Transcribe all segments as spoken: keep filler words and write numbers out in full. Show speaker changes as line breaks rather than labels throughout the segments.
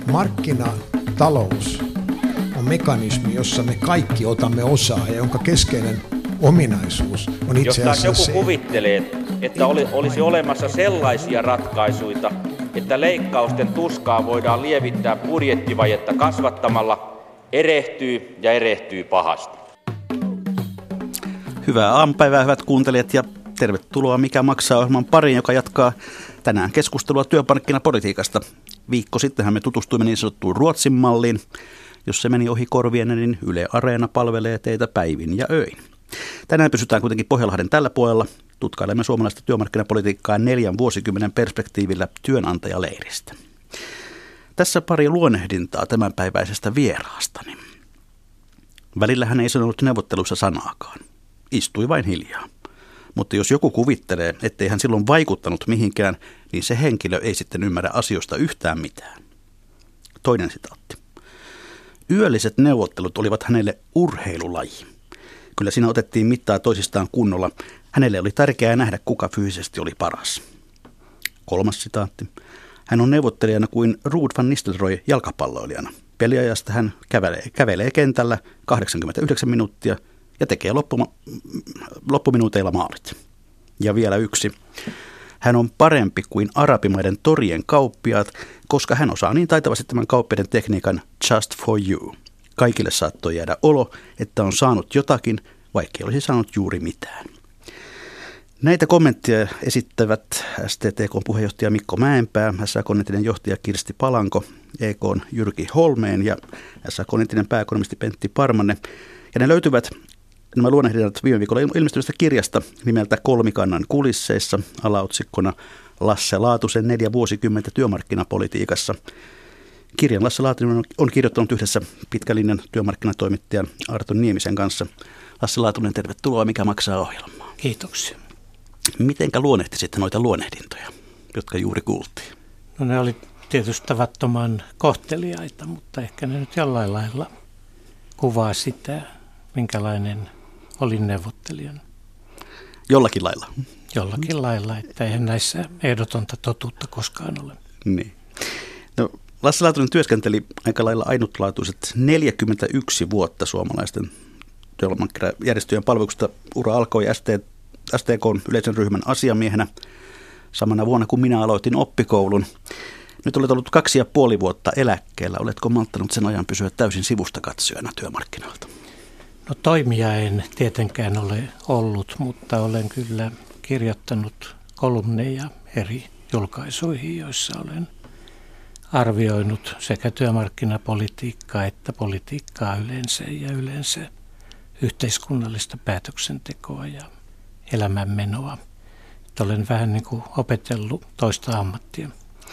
Markkinatalous on mekanismi, jossa me kaikki otamme osaa ja jonka keskeinen ominaisuus on itse asiassa
Jos
se.
joku kuvittelee, että oli, olisi olemassa sellaisia ratkaisuja, että leikkausten tuskaa voidaan lievittää budjettivajetta kasvattamalla, erehtyy ja erehtyy pahasti.
Hyvää aamupäivää, hyvät kuuntelijat, ja tervetuloa Mikä maksaa -ohjelman pariin, joka jatkaa tänään keskustelua työmarkkinapolitiikasta. Viikko sittenhän me tutustuimme niin sanottuun Ruotsin malliin. Jos se meni ohi korvienne, niin Yle Areena palvelee teitä päivin ja öin. Tänään pysytään kuitenkin Pohjanlahden tällä puolella. Tutkailemme suomalaista työmarkkinapolitiikkaa neljän vuosikymmenen perspektiivillä työnantajaleiristä. Tässä pari luonnehdintaa tämänpäiväisestä vieraastani. Välillä hän ei sanonut neuvotteluissa sanaakaan. Istui vain hiljaa. Mutta jos joku kuvittelee, ettei hän silloin vaikuttanut mihinkään, niin se henkilö ei sitten ymmärrä asioista yhtään mitään. Toinen sitaatti. Yölliset neuvottelut olivat hänelle urheilulaji. Kyllä siinä otettiin mittaa toisistaan kunnolla. Hänelle oli tärkeää nähdä, kuka fyysisesti oli paras. Kolmas sitaatti. Hän on neuvottelijana kuin Ruud van Nistelrooy jalkapalloilijana. Peliajasta hän kävelee, kävelee kentällä kahdeksankymmentäyhdeksän minuuttia ja tekee loppuma, loppuminuuteilla maalit. Ja vielä yksi. Hän on parempi kuin arabimaiden torien kauppiaat, koska hän osaa niin taitavasti tämän kauppiaiden tekniikan just for you. Kaikille saattoi jäädä olo, että on saanut jotakin, vaikkei olisi saanut juuri mitään. Näitä kommentteja esittävät S T T K:n puheenjohtaja Mikko Mäenpää, S A K:n entinen johtaja Kirsti Palanko, E K:n Jyrki Holmeen ja S A K:n entinen pääekonomisti Pentti Parmanne. Ja ne löytyvät nämä luonnehdinnat viime viikolla ilmestyneestä kirjasta nimeltä Kolmikannan kulisseissa, alaotsikkona Lasse Laatusen neljä vuosikymmentä työmarkkinapolitiikassa. Kirjan Lasse Laatunen on kirjoittanut yhdessä pitkän linjan työmarkkinatoimittajan Arto Niemisen kanssa. Lasse Laatunen, tervetuloa Mikä maksaa -ohjelmaan.
Kiitoksia.
Mitenkä luonnehtisit noita luonnehdintoja, jotka juuri kuultiin?
No ne oli tietysti tavattoman kohteliaita, mutta ehkä ne nyt jollain lailla kuvaa sitä, minkälainen olin neuvottelijan.
Jollakin lailla?
Jollakin lailla, että eihän näissä ehdotonta totuutta koskaan ole.
Niin. No, Lasse Laatunen työskenteli aika lailla ainutlaatuiset neljäkymmentäyksi vuotta suomalaisten työmarkkinajärjestöjen palveluksesta. Ura alkoi S T K:n yleisen ryhmän asiamiehenä samana vuonna, kun minä aloitin oppikoulun. Nyt olet ollut kaksi ja puoli vuotta eläkkeellä. Oletko malttanut sen ajan pysyä täysin sivusta katsojana työmarkkinoilta?
No toimija en tietenkään ole ollut, mutta olen kyllä kirjoittanut kolumneja eri julkaisuihin, joissa olen arvioinut sekä työmarkkinapolitiikkaa että politiikkaa yleensä ja yleensä yhteiskunnallista päätöksentekoa ja elämänmenoa. Että olen vähän niin kuin opetellut toista ammattia.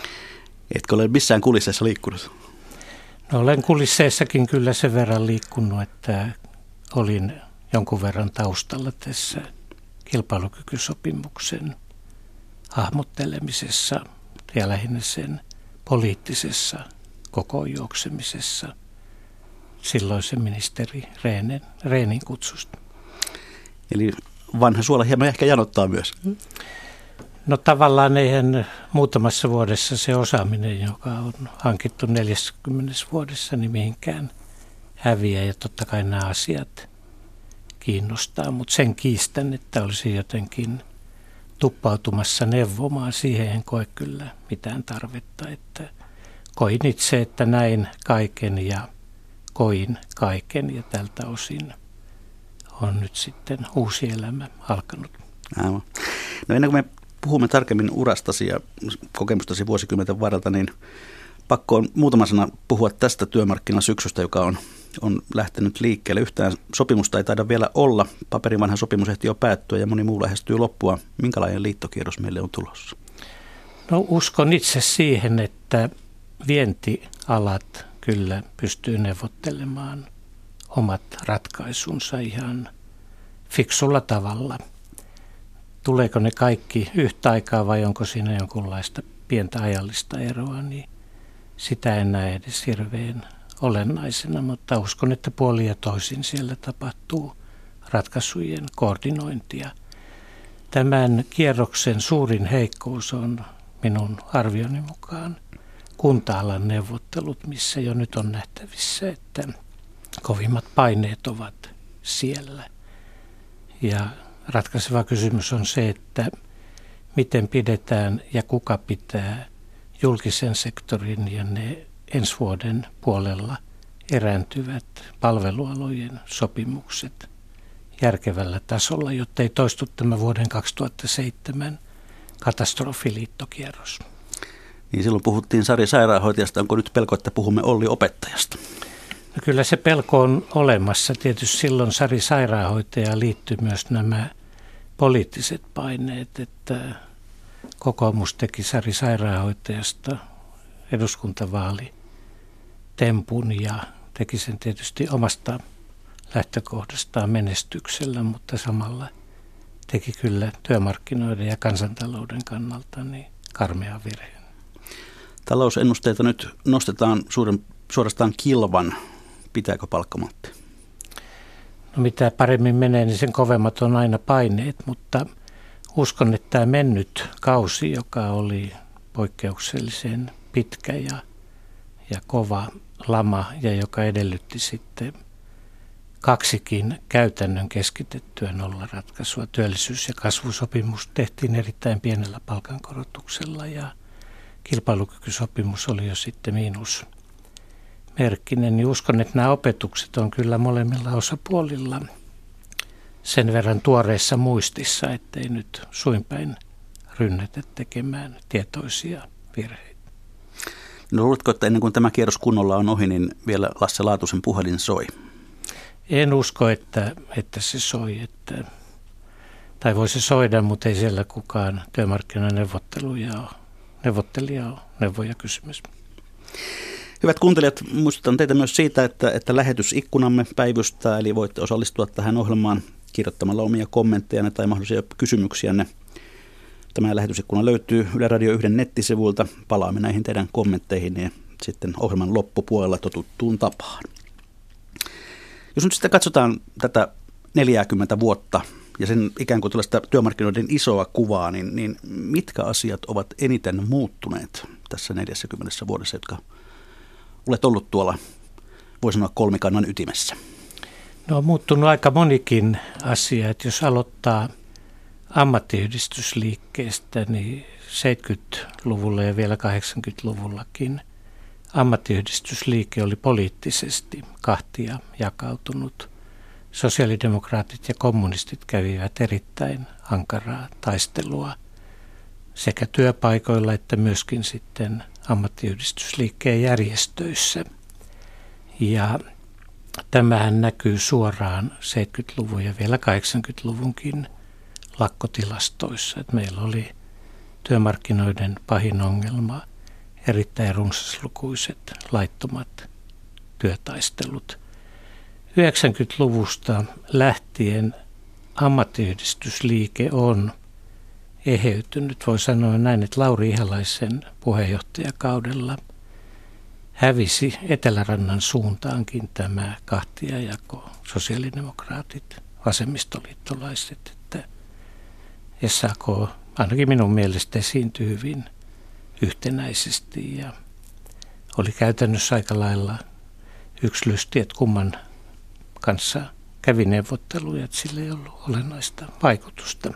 Etkö ole missään kulisseissa liikkunut?
No olen kulisseissakin kyllä sen verran liikkunut, että olin jonkun verran taustalla tässä kilpailukykysopimuksen hahmottelemisessa ja lähinnä sen poliittisessa kokoonjuoksemisessa silloisen ministeri Rehnin, Rehnin kutsusta.
Eli vanha suola hieman ehkä janottaa myös.
No tavallaan eihän muutamassa vuodessa se osaaminen, joka on hankittu neljässäkymmenessä vuodessa, niin mihinkään häviää. Ja totta kai nämä asiat kiinnostaa, mutta sen kiistän, että olisi jotenkin tuppautumassa neuvomaan. Siihen en koe kyllä mitään tarvetta. Että koin itse, että näin kaiken ja koin kaiken ja tältä osin on nyt sitten uusi elämä alkanut. Aivan.
No ennen kuin me puhumme tarkemmin urastasi ja kokemustasi vuosikymmenten varrelta, niin pakko on muutama sana puhua tästä työmarkkinasyksystä, joka on, on lähtenyt liikkeelle. Yhtään sopimusta ei taida vielä olla. Paperin vanha sopimus ehti jo päättyä ja moni muu lähestyy loppua. Minkälainen liittokierros meille on tulossa?
No uskon itse siihen, että vientialat kyllä pystyy neuvottelemaan omat ratkaisunsa ihan fiksulla tavalla. Tuleeko ne kaikki yhtä aikaa vai onko siinä jonkunlaista pientä ajallista eroa, niin sitä en näe edes hirveän olennaisena, mutta uskon, että puolin ja toisin siellä tapahtuu ratkaisujen koordinointia. Tämän kierroksen suurin heikkous on minun arvioni mukaan kunta-alan neuvottelut, missä jo nyt on nähtävissä, että kovimmat paineet ovat siellä. Ja ratkaiseva kysymys on se, että miten pidetään ja kuka pitää julkisen sektorin ja ne ensi vuoden puolella erääntyvät palvelualojen sopimukset järkevällä tasolla, jotta ei toistu tämä vuoden kaksituhattaseitsemän katastrofiliittokierros.
Niin silloin puhuttiin Sari sairaanhoitajasta. Onko nyt pelko, että puhumme Olli opettajasta?
No kyllä se pelko on olemassa. Tietysti silloin Sari sairaanhoitajaan liittyy myös nämä poliittiset paineet, että kokoomus teki Sari sairaanhoitajasta eduskuntavaalitempun ja teki sen tietysti omasta lähtökohdastaan menestyksellä, mutta samalla teki kyllä työmarkkinoiden ja kansantalouden kannalta niin karmean virheen.
Talousennusteita nyt nostetaan suuren, suorastaan kilvan. Pitääkö palkkamaltti?
No mitä paremmin menee, niin sen kovemmat on aina paineet, mutta uskon, että tämä mennyt kausi, joka oli poikkeuksellisen pitkä ja, ja kova lama ja joka edellytti sitten kaksikin käytännön keskitettyä nollaratkaisua. Työllisyys- ja kasvusopimus tehtiin erittäin pienellä palkankorotuksella ja kilpailukykysopimus oli jo sitten miinusmerkkinen. Niin uskon, että nämä opetukset on kyllä molemmilla osapuolilla sen verran tuoreessa muistissa, ettei nyt suinpäin rynnätä tekemään tietoisia virheitä.
No luuletko, että ennen kuin tämä kierros kunnolla on ohi, niin vielä Lasse Laatusen puhelin soi?
En usko, että, että se soi, että, tai voi se soida, mutta ei siellä kukaan työmarkkinaneuvotteluja ole, neuvottelija ole neuvoja kysymys.
Hyvät kuuntelijat, muistutan teitä myös siitä, että, että lähetysikkunamme päivystää, eli voitte osallistua tähän ohjelmaan kirjoittamalla omia kommenttejanne tai mahdollisia kysymyksiänne. Tämä lähetysikkuna löytyy Yle Radio yksi nettisivuilta. Palaamme näihin teidän kommentteihin ja sitten ohjelman loppupuolella totuttuun tapaan. Jos nyt sitten katsotaan tätä neljäkymmentä vuotta ja sen ikään kuin tällaista työmarkkinoiden isoa kuvaa, niin, niin mitkä asiat ovat eniten muuttuneet tässä neljäkymmentä vuodessa, jotka olet ollut tuolla, voi sanoa, kolmikannan ytimessä?
No on muuttunut aika monikin asia, että jos aloittaa ammattiyhdistysliikkeestä, niin seitsemänkymmentäluvulla ja vielä kahdeksankymmentäluvullakin ammattiyhdistysliike oli poliittisesti kahtia jakautunut. Sosiaalidemokraatit ja kommunistit kävivät erittäin ankaraa taistelua sekä työpaikoilla että myöskin sitten ammattiyhdistysliikkeen järjestöissä. Ja tämähän näkyy suoraan seitsemänkymmentäluvun ja vielä kahdeksankymmentäluvunkin lakkotilastoissa. Että meillä oli työmarkkinoiden pahin ongelma erittäin runsaslukuiset laittomat työtaistelut. yhdeksänkymmentäluvusta lähtien ammattiyhdistysliike on eheytynyt. Voi sanoa näin, että Lauri Ihalaisen puheenjohtajakaudella hävisi Etelärannan suuntaankin tämä kahtiajako, sosiaalidemokraatit, vasemmistoliittolaiset, että S A K ainakin minun mielestä esiintyi hyvin yhtenäisesti ja oli käytännössä aika lailla yksilysti, että kumman kanssa kävi neuvotteluja, että sillä ei ollut olennaista vaikutusta.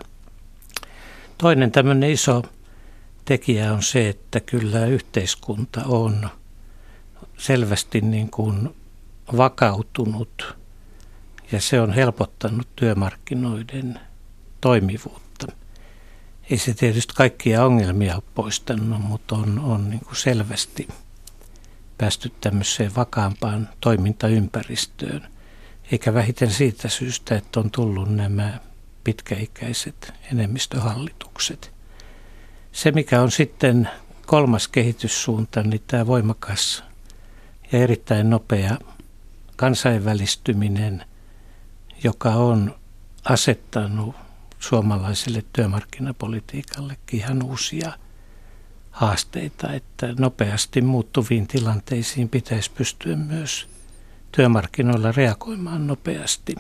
Toinen tämmöinen iso tekijä on se, että kyllä yhteiskunta on selvästi niin kuin vakautunut ja se on helpottanut työmarkkinoiden toimivuutta. Ei se tietysti kaikkia ongelmia ole poistanut, mutta on, on niin kuin selvästi päästy tämmöiseen vakaampaan toimintaympäristöön. Eikä vähiten siitä syystä, että on tullut nämä pitkäikäiset enemmistöhallitukset. Se, mikä on sitten kolmas kehityssuunta, niin tämä voimakas ja erittäin nopea kansainvälistyminen, joka on asettanut suomalaiselle työmarkkinapolitiikallekin ihan uusia haasteita, että nopeasti muuttuviin tilanteisiin pitäisi pystyä myös työmarkkinoilla reagoimaan nopeasti.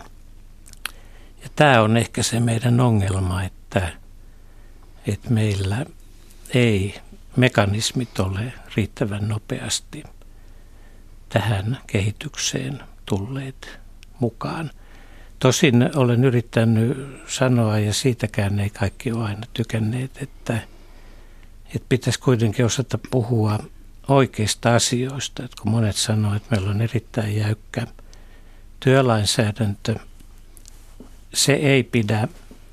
Ja tämä on ehkä se meidän ongelma, että, että meillä ei mekanismit ole riittävän nopeasti tähän kehitykseen tulleet mukaan. Tosin olen yrittänyt sanoa, ja siitäkään ei kaikki ole aina tykänneet, että, että pitäisi kuitenkin osata puhua oikeista asioista. Että kun monet sanoo, että meillä on erittäin jäykkä työlainsäädäntö, se ei pidä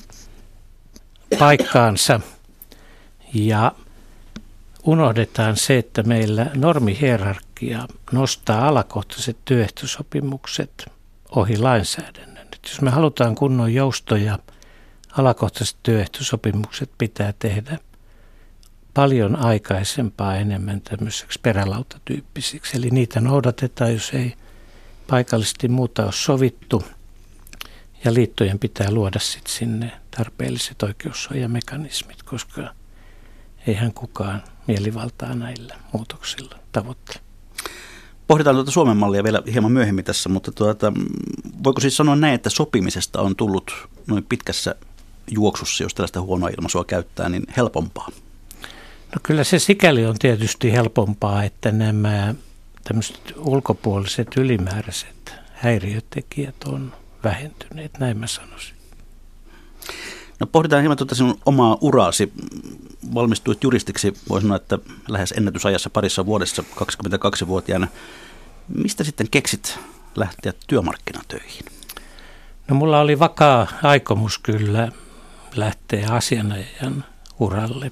paikkaansa ja unohdetaan se, että meillä normihierarkia nostaa alakohtaiset työehtosopimukset ohi lainsäädännön. Että jos me halutaan kunnon joustoja, alakohtaiset työehtosopimukset pitää tehdä paljon aikaisempaa enemmän tämmöiseksi perälautatyyppisiksi. Eli niitä noudatetaan, jos ei paikallisesti muuta ole sovittu. Ja liittojen pitää luoda sitten sinne tarpeelliset oikeussuojamekanismit, koska eihän kukaan mielivaltaa näillä muutoksilla tavoittele.
Pohditaan tuota Suomen mallia vielä hieman myöhemmin tässä, mutta tuota, voiko siis sanoa näin, että sopimisesta on tullut noin pitkässä juoksussa, jos tällaista huonoa ilmaisua käyttää, niin helpompaa?
No kyllä se sikäli on tietysti helpompaa, että nämä tämmöiset ulkopuoliset ylimääräiset häiriötekijät on vähentyneet, näin mä sanoisin.
No pohditaan hieman tuota sinun omaa uraasi. Valmistuit juristiksi, voi sanoa, että lähes ennätysajassa parissa vuodessa kaksikymmentäkaksivuotiaana. Mistä sitten keksit lähteä työmarkkinatöihin?
No mulla oli vakaa aikomus kyllä lähteä asianajajan uralle.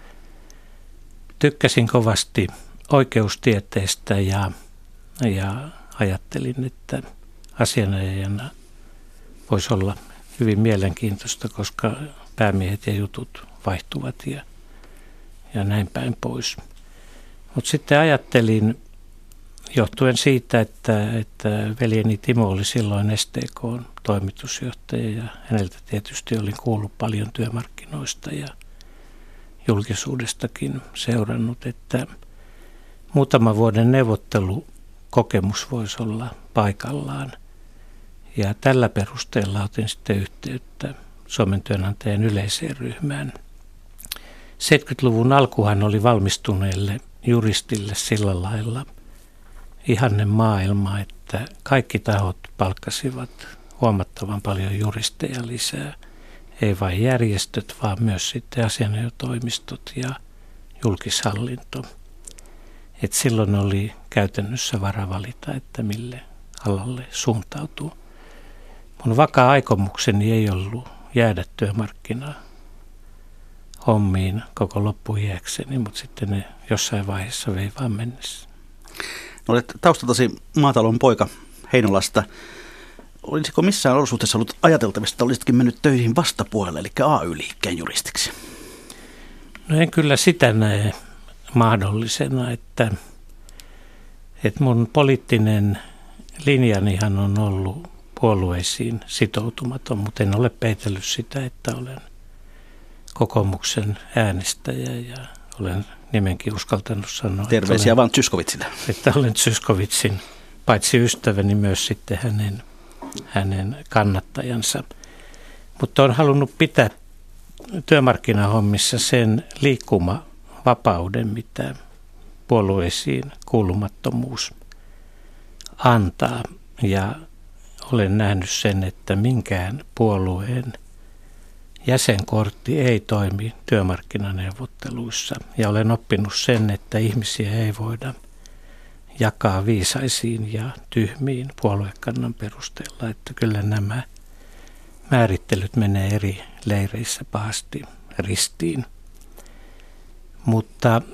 Tykkäsin kovasti oikeustieteestä ja, ja ajattelin, että asianajajana voisi olla hyvin mielenkiintoista, koska päämiehet ja jutut vaihtuvat ja, ja näin päin pois. Mutta sitten ajattelin, johtuen siitä, että, että veljeni Timo oli silloin S T K:n toimitusjohtaja ja häneltä tietysti olin kuullut paljon työmarkkinoista ja julkisuudestakin seurannut, että muutaman vuoden neuvottelukokemus voisi olla paikallaan. Ja tällä perusteella otin sitten yhteyttä Suomen työnantajan yleiseen ryhmään. seitsemänkymmentäluvun alkuhan oli valmistuneelle juristille sillä lailla ihanne maailma, että kaikki tahot palkkasivat huomattavan paljon juristeja lisää. Ei vain järjestöt, vaan myös sitten asianajotoimistot ja julkishallinto. Et silloin oli käytännössä vara valita, että mille alalle suuntautuu. Mun vakaa aikomukseni ei ollut jäädä työmarkkinaan hommiin koko loppuiäkseni, mutta sitten ne jossain vaiheessa vei vaan mennessä.
No, olet taustaltasi maatalon poika Heinolasta. Olisiko missään olosuhteessa ollut ajateltavissa, että olisitkin mennyt töihin vastapuolelle, eli A Y-liikkeen juristiksi?
No en kyllä sitä näe mahdollisena, että, että mun poliittinen linjanihan on ollut puolueisiin sitoutumaton, mutta en ole peitellyt sitä, että olen kokoomuksen äänestäjä ja olen nimenkin uskaltanut sanoa.
Terveisiä olen, vaan Zyskowiczille.
Että olen Zyskowiczin paitsi ystäväni myös sitten hänen, hänen kannattajansa. Mutta olen halunnut pitää työmarkkinahommissa sen liikkumavapauden, mitä puolueisiin kuulumattomuus antaa. Ja olen nähnyt sen, että minkään puolueen jäsenkortti ei toimi työmarkkinaneuvotteluissa. Ja olen oppinut sen, että ihmisiä ei voida jakaa viisaisiin ja tyhmiin puoluekannan perusteella. Että kyllä nämä määrittelyt menee eri leireissä pahasti ristiin. Mutta,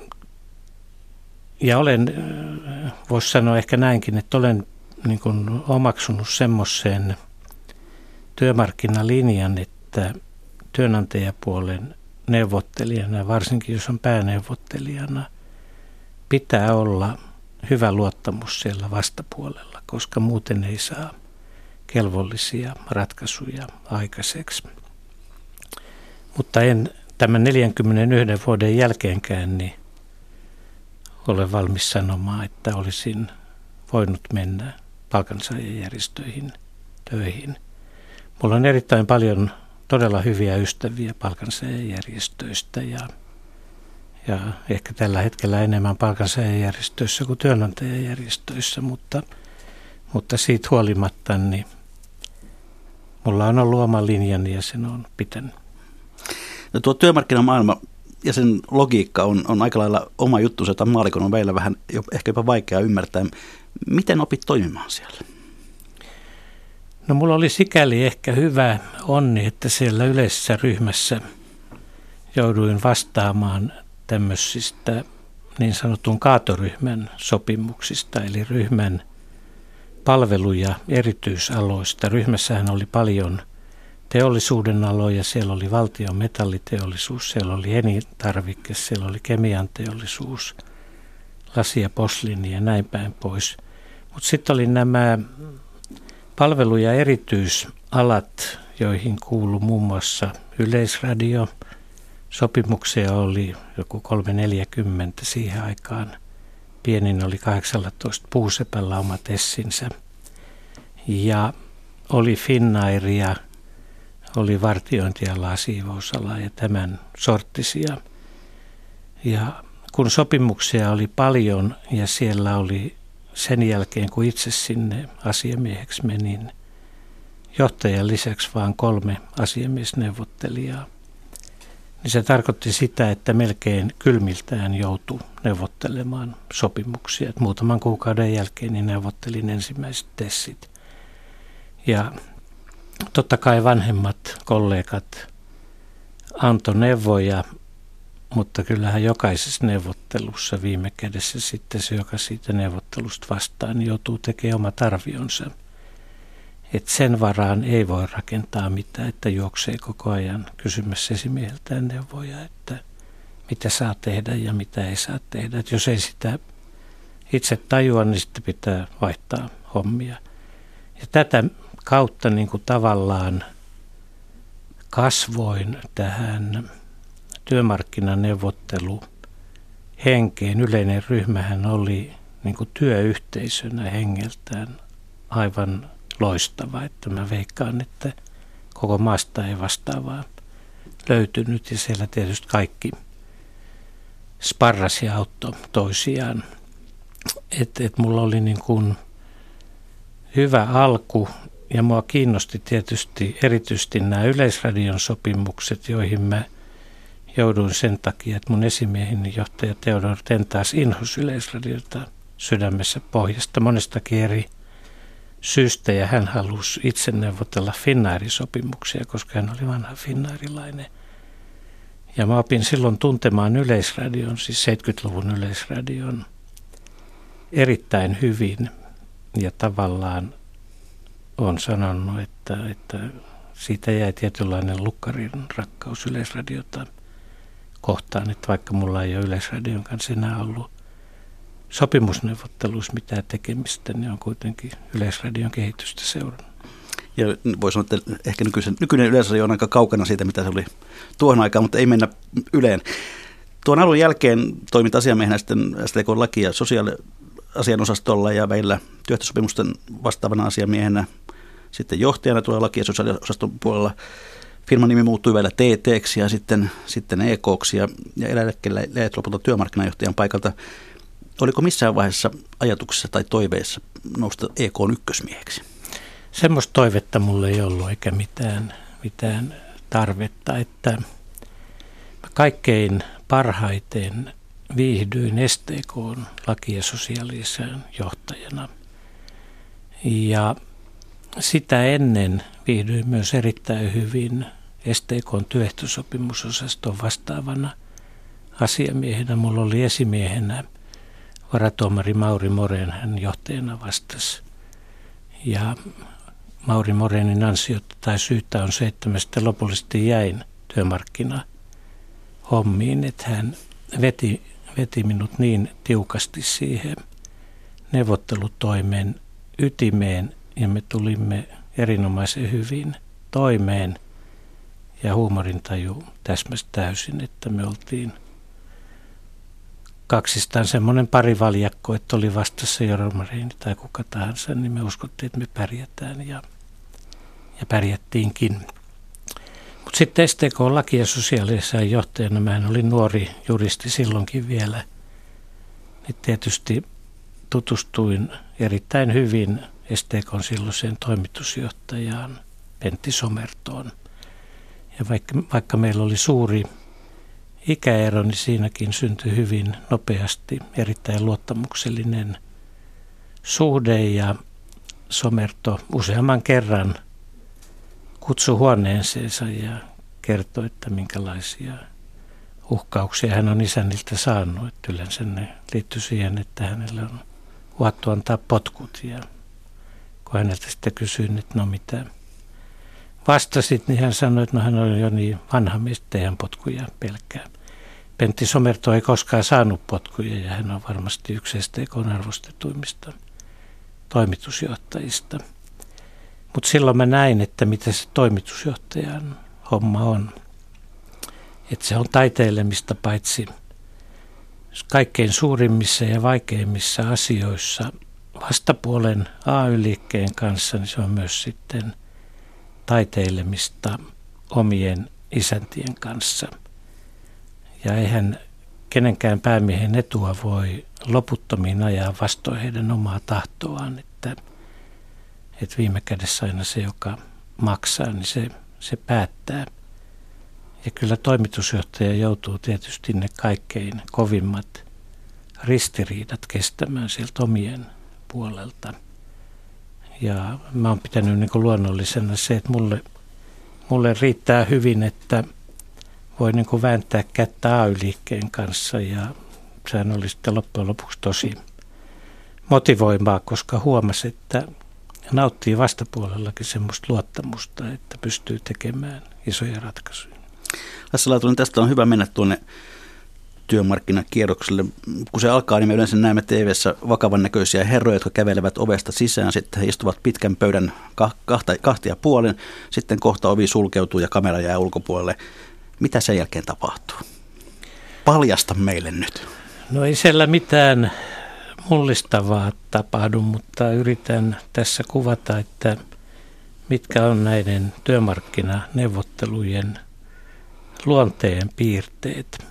ja olen, voisi sanoa ehkä näinkin, että olen niin kuin omaksunut semmoisen työmarkkinalinjan, että työnantajapuolen neuvottelijana, varsinkin jos on pääneuvottelijana, pitää olla hyvä luottamus siellä vastapuolella, koska muuten ei saa kelvollisia ratkaisuja aikaiseksi. Mutta en tämän neljänkymmenenyhden vuoden jälkeenkään niin ole valmis sanomaan, että olisin voinut mennä palkansaajajärjestöihin töihin. Mulla on erittäin paljon todella hyviä ystäviä palkansaajajärjestöistä ja, ja ehkä tällä hetkellä enemmän palkansaajajärjestöissä kuin työnantajajärjestöissä, mutta, mutta siitä huolimatta niin mulla on ollut oma linjani ja sen on pitänyt.
No tuo työmarkkinamaailma ja sen logiikka on, on aika lailla oma juttu, jota maallikon on välillä vähän ehkä jopa vaikea ymmärtää. Miten opit toimimaan siellä?
No mulla oli sikäli ehkä hyvä onni, että siellä yleisessä ryhmässä jouduin vastaamaan tämmöisistä niin sanotun kaatoryhmän sopimuksista, eli ryhmän palvelu- ja erityisaloista. Ryhmässähän oli paljon teollisuuden aloja, siellä oli valtion metalliteollisuus, siellä oli elintarvike, siellä oli kemian teollisuus, lasi- ja posliini ja näin päin pois. Mutta sitten oli nämä palvelu- ja erityisalat, joihin kuului muun muassa Yleisradio. Sopimuksia oli joku kolme neljäkymmentä siihen aikaan. Pienin oli kahdeksantoista Puusepällä oma tessinsä. Ja oli Finnairia, oli vartiointialaa, siivousalaa ja tämän sorttisia. Ja kun sopimuksia oli paljon ja siellä oli sen jälkeen, kun itse sinne asiamieheksi menin, johtajan lisäksi vaan kolme asiamiesneuvottelijaa, niin se tarkoitti sitä, että melkein kylmiltään joutui neuvottelemaan sopimuksia. Et muutaman kuukauden jälkeen niin neuvottelin ensimmäiset tessit. Ja totta kai vanhemmat kollegat antoi neuvoja, mutta kyllähän jokaisessa neuvottelussa viime kädessä sitten se, joka siitä neuvottelusta vastaa, niin joutuu tekemään omat arvionsa. Et sen varaan ei voi rakentaa mitään, että juoksee koko ajan kysymässä esimieheltään neuvoja, että mitä saa tehdä ja mitä ei saa tehdä. Et jos ei sitä itse tajua, niin sitten pitää vaihtaa hommia. Ja tätä kautta niin kuin tavallaan kasvoin tähän työmarkkinaneuvottelu henkeen. Yleinen ryhmähän oli niin kuin työyhteisönä hengeltään aivan loistava, että mä veikkaan, että koko maasta ei vastaavaa löytynyt ja siellä tietysti kaikki sparrasi ja auttoi toisiaan. Että et mulla oli niin kuin hyvä alku ja mua kiinnosti tietysti erityisesti nämä Yleisradion sopimukset, joihin mä jouduin sen takia, että mun esimieheni johtaja Theodor Tentaas inhosi Yleisradiota sydämessä pohjasta monestakin eri syystä ja hän halusi itse neuvotella Finnairin-sopimuksia, koska hän oli vanha finnairilainen. Ja mä opin silloin tuntemaan Yleisradion, siis seitsemänkymmentäluvun Yleisradion erittäin hyvin ja tavallaan olen sanonut, että, että siitä jäi tietynlainen lukkarin rakkaus Yleisradiota kohtaan, että vaikka mulla ei ole Yleisradion kanssa enää ollut sopimusneuvotteluissa mitään tekemistä, niin on kuitenkin Yleisradion kehitystä seurannut.
Ja voi sanoa, että ehkä nykyisen, nykyinen Yleisradio on aika kaukana siitä, mitä se oli tuohon aikaan, mutta ei mennä Yleen. Tuon alun jälkeen toimit asiamiehenä sitten S T K-laki- ja sosiaaliasianosastolla ja meillä työehtosopimusten vastaavana asiamiehenä, sitten johtajana tuolla laki- ja sosiaaliosaston puolella. Firman nimi muuttui vielä T T:ksi ja sitten, sitten E K:ksi ja, ja eläkkeellä jäät lopulta työmarkkinajohtajan paikalta. Oliko missään vaiheessa ajatuksessa tai toiveessa nousta E K:n ykkösmieheksi?
Semmoista toivetta mulla ei ollut eikä mitään, mitään tarvetta, että mä kaikkein parhaiten viihdyin S T K:n laki- ja sosiaalisään johtajana. Ja sitä ennen viihdyin myös erittäin hyvin S T K:n työehtosopimusosaston vastaavana asiamiehenä. Mulla oli esimiehenä varatuomari Mauri Moren, hän johtajana vastasi. Ja Mauri Morenin ansiota tai syytä on se, että mä sitten lopullisesti jäin työmarkkinahommiin, että hän veti, veti minut niin tiukasti siihen neuvottelutoimen ytimeen ja me tulimme erinomaisen hyvin toimeen ja huumorintaju täsmäsi täysin, että me oltiin kaksistaan semmoinen parivaljakko, että oli vastassa Jorma Reini tai kuka tahansa, niin me uskottiin, että me pärjätään ja, ja pärjättiinkin. Mutta sitten S T K-laki- ja sosiaalisen johtajana, mä olin nuori juristi silloinkin vielä, niin tietysti tutustuin erittäin hyvin S T K:n silloiseen toimitusjohtajaan Pentti Somertoon. Ja vaikka, vaikka meillä oli suuri ikäero, niin siinäkin syntyi hyvin nopeasti erittäin luottamuksellinen suhde ja Somerto useamman kerran kutsui huoneeseensa ja kertoi, että minkälaisia uhkauksia hän on isänniltä saanut. Että yleensä ne liittyi siihen, että hänelle on uhattu antaa potkut. Ja kun häneltä sitten kysyin, että no mitä vastasit, niin hän sanoi, että no hän oli jo niin vanha mies, ettei hän potkuja pelkää. Pentti Somerto ei koskaan saanut potkuja ja hän on varmasti yksi S T K:n arvostetuimmista toimitusjohtajista. Mutta silloin mä näin, että mitä se toimitusjohtajan homma on. Että se on taiteilemista paitsi kaikkein suurimmissa ja vaikeimmissa asioissa vastapuolen A Y-liikkeen kanssa, niin se on myös sitten taiteilemista omien isäntien kanssa. Ja eihän kenenkään päämiehen etua voi loputtomiin ajaa vastoin heidän omaa tahtoaan, että, että viime kädessä aina se, joka maksaa, niin se, se päättää. Ja kyllä toimitusjohtaja joutuu tietysti ne kaikkein kovimmat ristiriidat kestämään sieltä omien puolelta. Ja mä oon pitänyt niin kuin luonnollisena se, että mulle, mulle riittää hyvin, että voi niin kuin vääntää kättä A Y-liikkeen kanssa ja sehän oli sitten loppujen lopuksi tosi motivoimaa, koska huomasi, että nauttii vastapuolellakin semmoista luottamusta, että pystyy tekemään isoja ratkaisuja.
Lasse Laatunen, tästä on hyvä mennä tuonne työmarkkinakierrokselle. Kun se alkaa, niin me yleensä näemme T V:ssä vakavan näköisiä herroja, jotka kävelevät ovesta sisään. Sitten he istuvat pitkän pöydän kahta, kahtia puolen. Sitten kohta ovi sulkeutuu ja kamera jää ulkopuolelle. Mitä sen jälkeen tapahtuu? Paljasta meille nyt.
No ei siellä mitään mullistavaa tapahdu, mutta yritän tässä kuvata, että mitkä on näiden työmarkkinaneuvottelujen luonteen piirteet.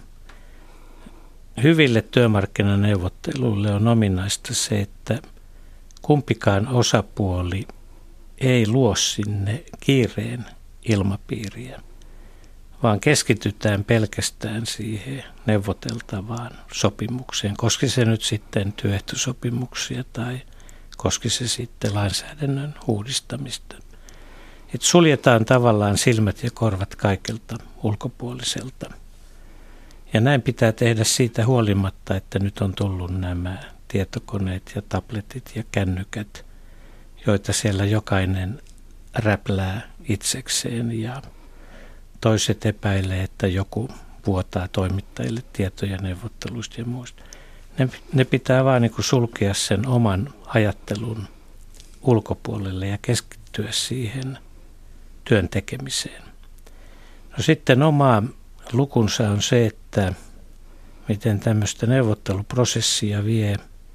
Hyville työmarkkinaneuvotteluille on ominaista se, että kumpikaan osapuoli ei luo sinne kiireen ilmapiiriä, vaan keskitytään pelkästään siihen neuvoteltavaan sopimukseen. Koski se nyt sitten työehtosopimuksia tai koski se sitten lainsäädännön uudistamista. Et suljetaan tavallaan silmät ja korvat kaikelta ulkopuoliselta. Ja näin pitää tehdä siitä huolimatta, että nyt on tullut nämä tietokoneet ja tabletit ja kännykät, joita siellä jokainen räplää itsekseen ja toiset epäilee, että joku vuotaa toimittajille tietoja neuvotteluista ja muista. Ne, ne pitää vaan niin kuin sulkea sen oman ajattelun ulkopuolelle ja keskittyä siihen työn tekemiseen. No sitten oma lukunsa on se, että miten tämmöistä neuvotteluprosessia vie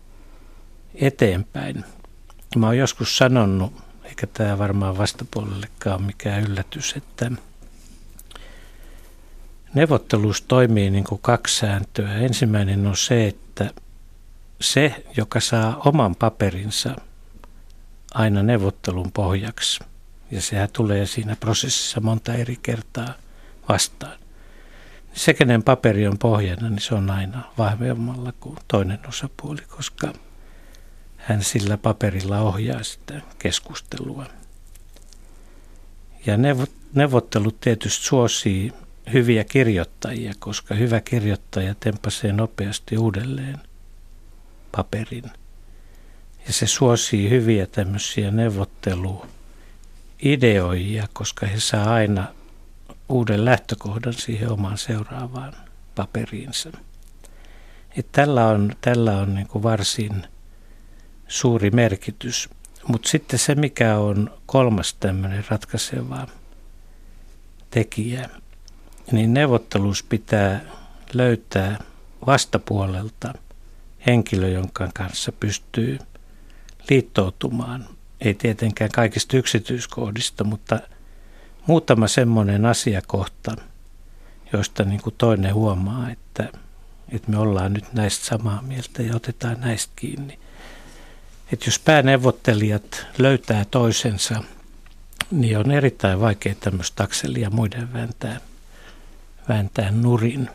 eteenpäin. Mä oon joskus sanonut, eikä tämä varmaan vastapuolellekaan ole mikään yllätys, että neuvottelussa toimii niin kuin kaksi sääntöä. Ensimmäinen on se, että se, joka saa oman paperinsa aina neuvottelun pohjaksi, ja sehän tulee siinä prosessissa monta eri kertaa vastaan. Se, kenen paperi on pohjana, niin se on aina vahvemmalla kuin toinen osapuoli, koska hän sillä paperilla ohjaa sitä keskustelua. Ja neuvottelut tietysti suosii hyviä kirjoittajia, koska hyvä kirjoittaja tempasee nopeasti uudelleen paperin. Ja se suosii hyviä tämmöisiä neuvotteluideoijia, koska he saa aina uuden lähtökohdan siihen omaan seuraavaan paperiinsa. Et tällä on, tällä on niin kuin varsin suuri merkitys. Mutta sitten se, mikä on kolmas tämmöinen ratkaiseva tekijä, niin neuvottelussa pitää löytää vastapuolelta henkilö, jonka kanssa pystyy liittoutumaan. Ei tietenkään kaikista yksityiskohdista, mutta, muutama semmoinen asiakohta, joista niin kuin toinen huomaa, että, että me ollaan nyt näistä samaa mieltä ja otetaan näistä kiinni. Että jos pääneuvottelijat löytää toisensa, niin on erittäin vaikea tämmöistä akselia muiden vääntää, vääntää nurin.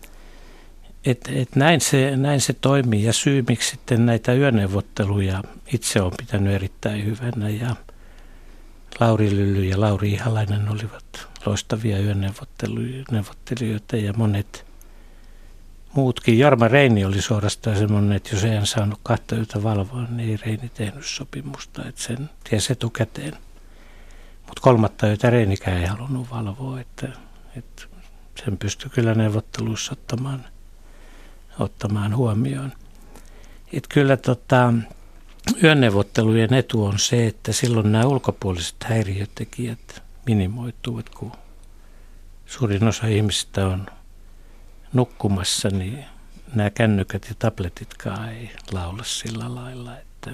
Et, et näin, se, näin se toimii ja syy, miksi sitten näitä yöneuvotteluja itse olen pitänyt erittäin hyvänä ja Lauri Lyly ja Lauri Ihalainen olivat loistavia yöneuvottelijoita ja monet muutkin. Jorma Reini oli suorastaan semmoinen, että jos ei saanut kahta yötä valvoa, niin ei Reini tehnyt sopimusta, että sen tiesi etukäteen. Mutta kolmatta yötä Reinikään ei halunnut valvoa, että, että sen pystyi kyllä neuvotteluissa ottamaan, ottamaan huomioon. Että kyllä tota, yöneuvottelujen etu on se, että silloin nämä ulkopuoliset häiriötekijät minimoituvat, kun suurin osa ihmisistä on nukkumassa, niin nämä kännykät ja tabletitkaan ei laula sillä lailla, että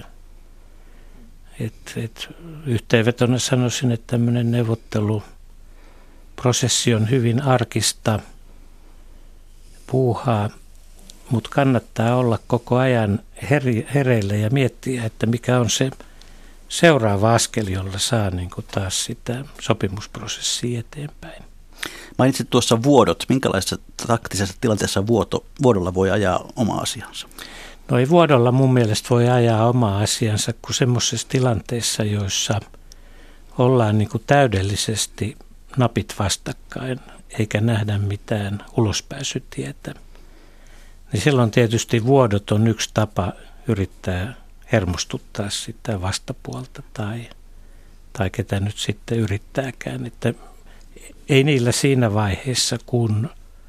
et, et yhteenvetona sanoisin, että tämmöinen neuvotteluprosessi on hyvin arkista puuhaa, mutta kannattaa olla koko ajan hereillä ja miettiä, että mikä on se seuraava askel, jolla saa niin kuin taas sitä sopimusprosessia eteenpäin.
Mainitsit tuossa vuodot. Minkälaisessa taktisessa tilanteessa vuoto, vuodolla voi ajaa oma asiansa?
No ei vuodolla mun mielestä voi ajaa omaa asiansa kuin semmoisessa tilanteessa, joissa ollaan niin kuin täydellisesti napit vastakkain eikä nähdä mitään ulospääsytietä. Niin silloin tietysti vuodot on yksi tapa yrittää hermostuttaa sitä vastapuolta tai, tai ketä nyt sitten yrittääkään. Että ei niillä siinä vaiheessa, kun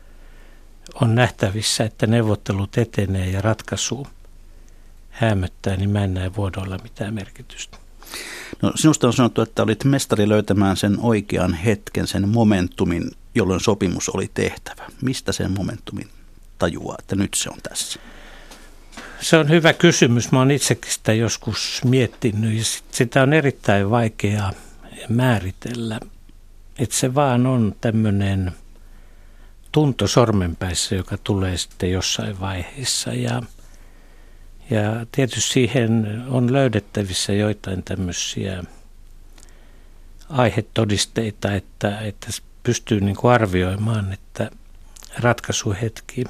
on nähtävissä, että neuvottelut etenee ja ratkaisu häämöttää, niin mä en näe vuodolla mitään merkitystä.
No, sinusta on sanottu, että olit mestari löytämään sen oikean hetken, sen momentumin, jolloin sopimus oli tehtävä. Mistä sen momentumin tajuaa, että nyt se on tässä?
Se on hyvä kysymys. Mä oon itsekin sitä joskus miettinyt ja sitä on erittäin vaikeaa määritellä. Että se vaan on tämmöinen tunto sormenpäissä, joka tulee sitten jossain vaiheessa. Ja, ja tietysti siihen on löydettävissä joitain tämmöisiä aihetodisteita, että, että pystyy niin kuin arvioimaan, että ratkaisuhetki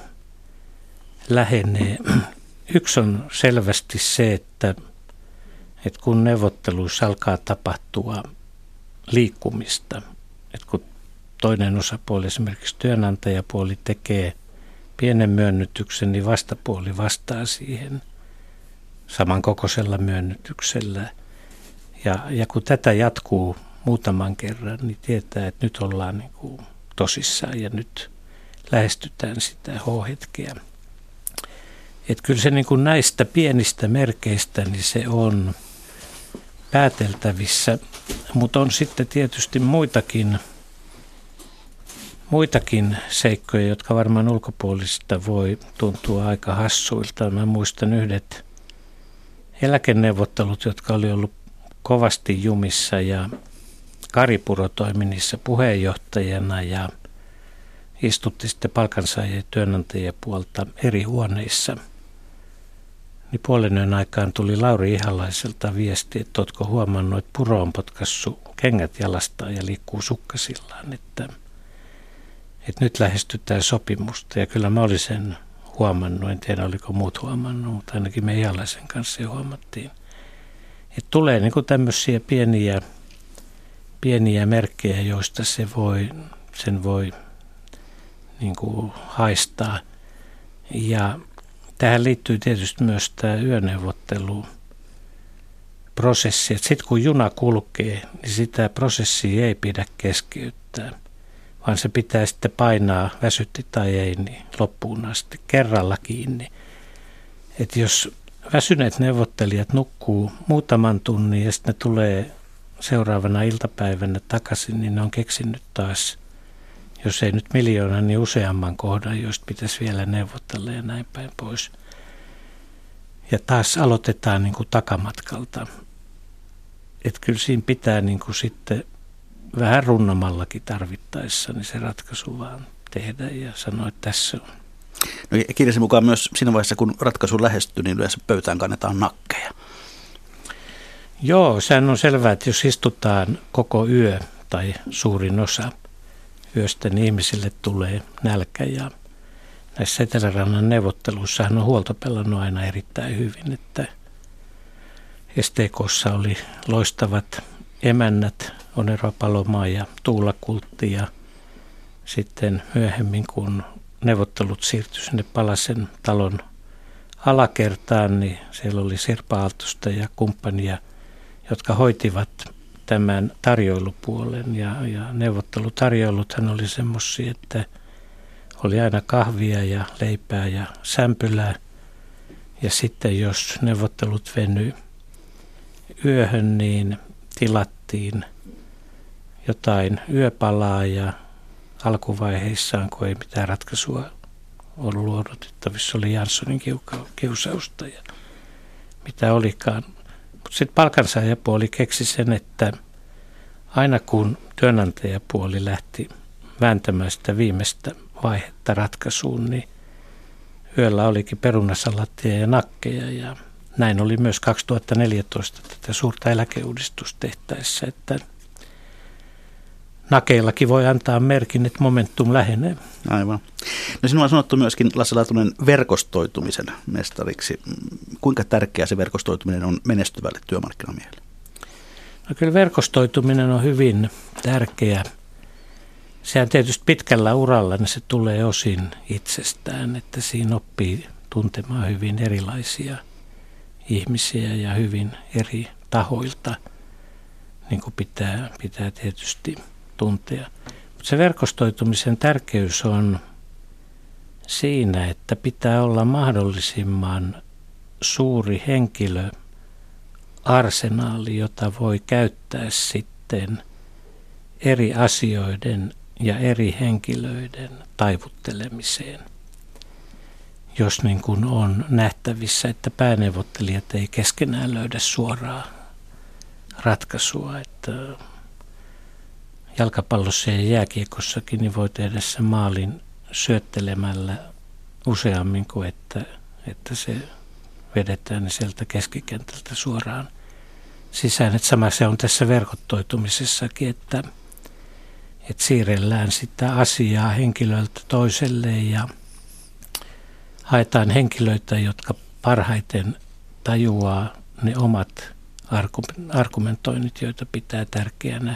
lähenee. Yksi on selvästi se, että, että kun neuvotteluissa alkaa tapahtua liikkumista, että kun toinen osapuoli, esimerkiksi työnantajapuoli, tekee pienen myönnytyksen, niin vastapuoli vastaa siihen samankokoisella myönnytyksellä. Ja, ja kun tätä jatkuu muutaman kerran, niin tietää, että nyt ollaan niin kuin tosissaan ja nyt lähestytään sitä H-hetkeä. Että kyllä se niin kuin näistä pienistä merkeistä, niin se on pääteltävissä, mutta on sitten tietysti muitakin, muitakin seikkoja, jotka varmaan ulkopuolisista voi tuntua aika hassuilta. Mä muistan yhdet eläkeneuvottelut, jotka oli ollut kovasti jumissa ja Kari Puro toimi niissä puheenjohtajana ja istutti sitten palkansaajien ja työnantajien puolta eri huoneissa. Niin puolen yön aikaan tuli Lauri Ihalaiselta viesti, että ootko huomannut, että Puro on potkassut kengät jalastaan ja liikkuu sukkasillaan, että, että nyt lähestytään sopimusta. Ja kyllä mä olin sen huomannut, en tiedä oliko muut huomannut, mutta ainakin me Ihalaisen kanssa jo huomattiin. Että tulee niin kuin tämmöisiä pieniä, pieniä merkkejä, joista se voi, sen voi niin kuin haistaa. Ja tähän liittyy tietysti myös tämä yöneuvotteluprosessi. Sitten kun juna kulkee, niin sitä prosessia ei pidä keskeyttää, vaan se pitää sitten painaa, väsytti tai ei, niin loppuun asti kerralla kiinni. Et jos väsyneet neuvottelijat nukkuu muutaman tunnin ja sitten ne tulee seuraavana iltapäivänä takaisin, niin ne on keksinyt taas, jos ei nyt miljoonan, niin useamman kohdan, joista pitäisi vielä neuvotella ja näin päin pois. Ja taas aloitetaan niin kuin takamatkalta. Että kyllä siinä pitää niin kuin sitten vähän runnomallakin tarvittaessa, niin se ratkaisu vaan tehdä ja sanoa, että tässä on.
No, kirjasi mukaan myös siinä vaiheessa, kun ratkaisu lähestyy, niin yleensä pöytään kannetaan nakkeja.
Joo, sehän on selvää, että jos istutaan koko yö tai suurin osa yöstä, niin ihmisille tulee nälkä. Ja näissä Etelärannan neuvotteluissahan on huolto pelannut aina erittäin hyvin, että S T K:ssa oli loistavat emännät, Onero Palomaa ja Tuula Kultti, ja sitten myöhemmin, kun neuvottelut siirtyi sinne Palasen talon alakertaan, niin siellä oli Sirpa Aaltosta ja kumppania, jotka hoitivat tämän tarjoilupuolen. Ja, ja neuvottelutarjoiluthan oli semmoisia, että oli aina kahvia ja leipää ja sämpylää. Ja sitten jos neuvottelut venyi yöhön, niin tilattiin jotain yöpalaa, ja alkuvaiheissaan, kun ei mitään ratkaisua ollut odotettavissa, oli Janssonin kiusausta ja mitä olikaan. Mutta sitten palkansaajapuoli keksi sen, että aina kun työnantajapuoli lähti vääntämään sitä viimeistä vaihetta ratkaisuun, niin yöllä olikin perunasalattia ja nakkeja, ja näin oli myös kaksituhattaneljätoista tätä suurta eläkeuudistusta tehtäessä, että nakeillakin voi antaa merkin, että momentum lähenee. Aivan.
No sinua on sanottu myöskin, Lasse Laatunen, verkostoitumisen mestariksi. Kuinka tärkeää se verkostoituminen on menestyvälle työmarkkinamiehelle?
No kyllä verkostoituminen on hyvin tärkeä. Sehän tietysti pitkällä uralla niin se tulee osin itsestään, että siinä oppii tuntemaan hyvin erilaisia ihmisiä ja hyvin eri tahoilta, niin kuin pitää, pitää tietysti tuntea. Mutta se verkostoitumisen tärkeys on siinä, että pitää olla mahdollisimman suuri henkilöarsenaali, jota voi käyttää sitten eri asioiden ja eri henkilöiden taivuttelemiseen. Jos niin kuin on nähtävissä, että pääneuvottelijat ei keskenään löydä suoraa ratkaisua, että jalkapallossa ja jääkiekossakin niin voi tehdä sen maalin syöttelemällä useammin kuin että, että se vedetään sieltä keskikentältä suoraan sisään. Että sama se on tässä verkottoitumisessakin, että, että siirrellään sitä asiaa henkilöltä toiselle ja haetaan henkilöitä, jotka parhaiten tajuaa ne omat argumentoinnit, joita pitää tärkeänä.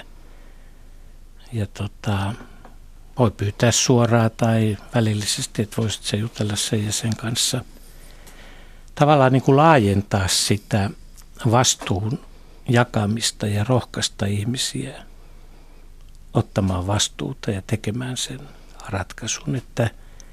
Ja tota, voi pyytää suoraan tai välillisesti, että voisit se jutella sen ja sen kanssa. Tavallaan niin kuin laajentaa sitä vastuun jakamista ja rohkaista ihmisiä ottamaan vastuuta ja tekemään sen ratkaisun. Että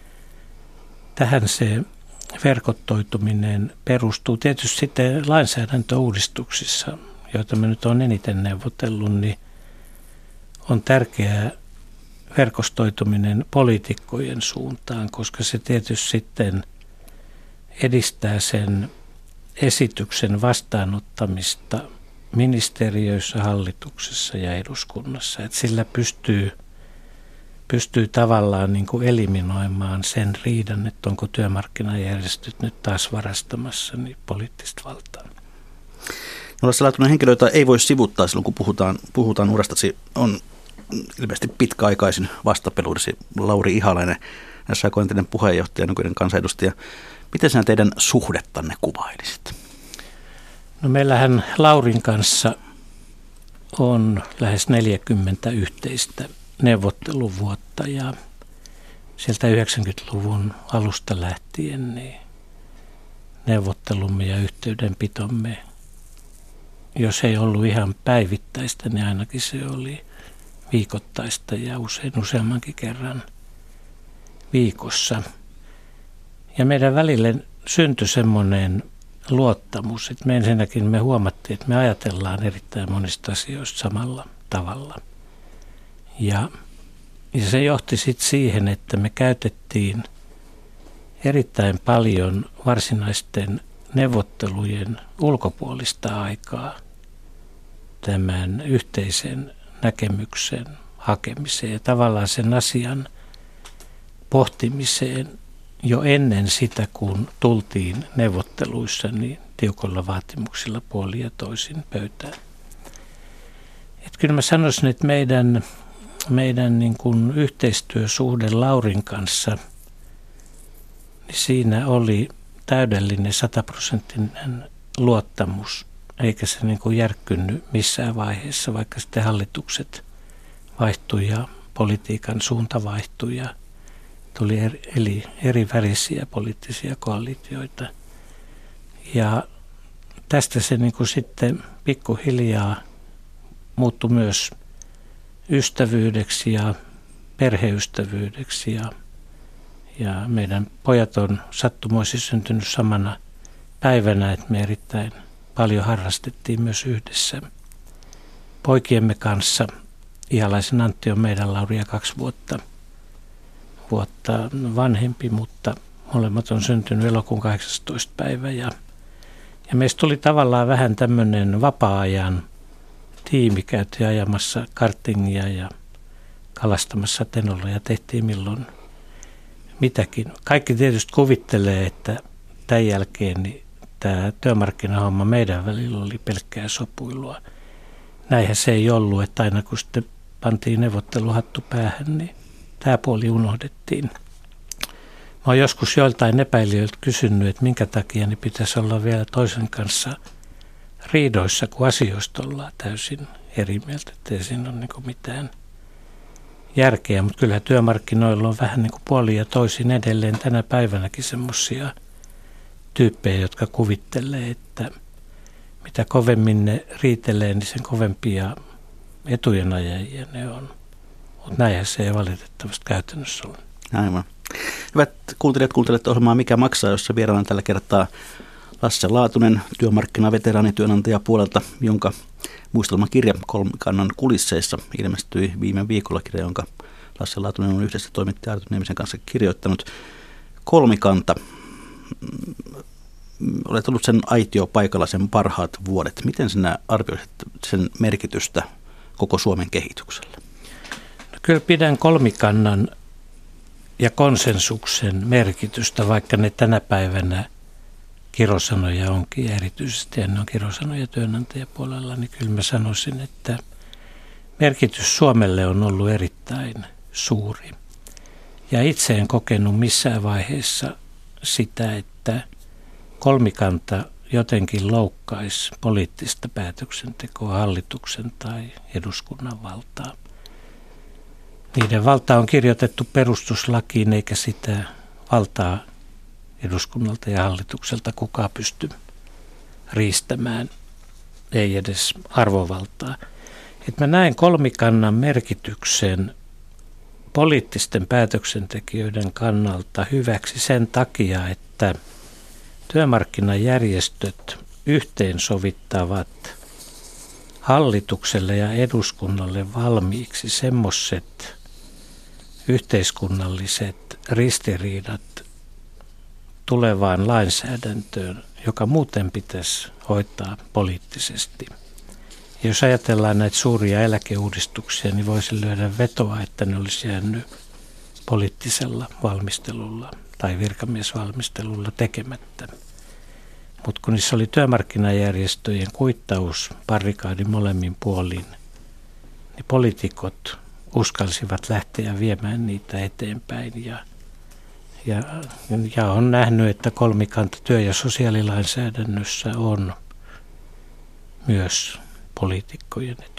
tähän se verkottoituminen perustuu. Tietysti sitten lainsäädäntöuudistuksissa, joita me nyt on eniten neuvotellut, niin on tärkeää verkostoituminen poliitikkojen suuntaan, koska se tietysti sitten edistää sen esityksen vastaanottamista ministeriöissä, hallituksessa ja eduskunnassa. Että sillä pystyy, pystyy tavallaan niin kuin eliminoimaan sen riidan, että onko työmarkkinajärjestöt nyt taas varastamassa niin poliittista valtaa.
No, Lasse Laatunen, henkilö, jota ei voi sivuttaa silloin, kun puhutaan, puhutaan urastasi, on ilmeisesti pitkäaikaisin vastapelurisi Lauri Ihalainen, näissä aikoina entinen puheenjohtaja, nykyinen kansanedustaja. Miten sinä teidän suhdettanne kuvailisit?
No, meillähän Laurin kanssa on lähes neljäkymmentä yhteistä neuvotteluvuotta, ja sieltä yhdeksänkymmentäluvun alusta lähtien niin neuvottelumme ja yhteydenpitomme, jos ei ollut ihan päivittäistä, niin ainakin se oli viikoittaista ja usein useammankin kerran viikossa. Ja meidän välille syntyi semmoinen luottamus, että me ensinnäkin me huomattiin, että me ajatellaan erittäin monista asioista samalla tavalla. Ja, ja se johti sitten siihen, että me käytettiin erittäin paljon varsinaisten neuvottelujen ulkopuolista aikaa tämän yhteisen näkemyksen hakemiseen ja tavallaan sen asian pohtimiseen jo ennen sitä, kun tultiin neuvotteluissa niin tiukoilla vaatimuksilla puolin ja toisin pöytään. Et kyllä mä sanoisin, että meidän, meidän niin kuin yhteistyösuhde Laurin kanssa, niin siinä oli täydellinen sataprosenttinen luottamus, eikä se niin kuin järkkynyt missään vaiheessa, vaikka sitten hallitukset vaihtui ja politiikan suunta vaihtui ja tuli eri, eli eri värisiä poliittisia koalitioita. Ja tästä se niin kuin sitten pikkuhiljaa muuttui myös ystävyydeksi ja perheystävyydeksi. Ja, ja meidän pojat on sattumoisin syntynyt samana päivänä, että me erittäin paljon harrastettiin myös yhdessä poikiemme kanssa. Ihalaisen Antti on meidän Lauria kaksi vuotta, vuotta vanhempi, mutta molemmat on syntynyt elokuun kahdeksastoista päivä. Ja, ja meistä tuli tavallaan vähän tämmöinen vapaa-ajan tiimi. Käytiin ajamassa kartingia ja kalastamassa Tenolla ja tehtiin milloin mitäkin. Kaikki tietysti kuvittelee, että tämän jälkeen niin tämä työmarkkinahomma meidän välillä oli pelkkää sopuilua. Näinhän se ei ollut, että aina kun sitten pantiin neuvotteluhattu päähän, niin tämä puoli unohdettiin. Mä oon joskus joiltain epäilijöiltä kysynyt, että minkä takia niin pitäisi olla vielä toisen kanssa riidoissa, kun asioista ollaan täysin eri mieltä, ettei siinä ole niin mitään järkeä. Mutta kyllä työmarkkinoilla on vähän niin kuin puolin ja toisin edelleen tänä päivänäkin semmoisia tyyppejä, jotka kuvittelee, että mitä kovemmin ne riitelee, niin sen kovempia etujen ajajia ne on. Mutta näinhän se ei valitettavasti käytännössä ole.
Aivan. Hyvät kuuntelijat, kuuntelette ohjelmaa Mikä maksaa, jossa vieraana tällä kertaa Lasse Laatunen, työmarkkinaveteraani työnantajapuolelta, jonka muistelmakirja Kolmikannan kulisseissa ilmestyi viime viikolla, kirja, jonka Lasse Laatunen on yhdessä toimittaja Arto Niemisen kanssa kirjoittanut. Kolmikanta. Olet ollut sen aitiopaikalla sen parhaat vuodet. Miten sinä arvioisit sen merkitystä koko Suomen kehitykselle?
No kyllä pidän kolmikannan ja konsensuksen merkitystä, vaikka ne tänä päivänä kirosanoja onkin, ja erityisesti en ole kirosanoja työnantajapuolella, niin kyllä mä sanoisin, että merkitys Suomelle on ollut erittäin suuri. Ja itse en kokenut missään vaiheessa sitä, että kolmikanta jotenkin loukkaisi poliittista päätöksentekoa, hallituksen tai eduskunnan valtaa. Niiden valta on kirjoitettu perustuslakiin, eikä sitä valtaa eduskunnalta ja hallitukselta kukaan pysty riistämään, ei edes arvovaltaa. Et mä näen kolmikannan merkityksen poliittisten päätöksentekijöiden kannalta hyväksi sen takia, että työmarkkinajärjestöt yhteensovittavat hallitukselle ja eduskunnalle valmiiksi semmoiset yhteiskunnalliset ristiriidat tulevaan lainsäädäntöön, joka muuten pitäisi hoitaa poliittisesti. Ja jos ajatellaan näitä suuria eläkeuudistuksia, niin voisi lyödä vetoa, että ne olisi jäänyt poliittisella valmistelulla tai virkamiesvalmistelulla tekemättä. Mutta kun niissä oli työmarkkinajärjestöjen kuittaus barrikaadin molemmin puolin, niin poliitikot uskalsivat lähteä viemään niitä eteenpäin. Ja, ja, ja on nähnyt, että kolmikanta työ- ja sosiaalilainsäädännössä on myös poliitikkojen etu.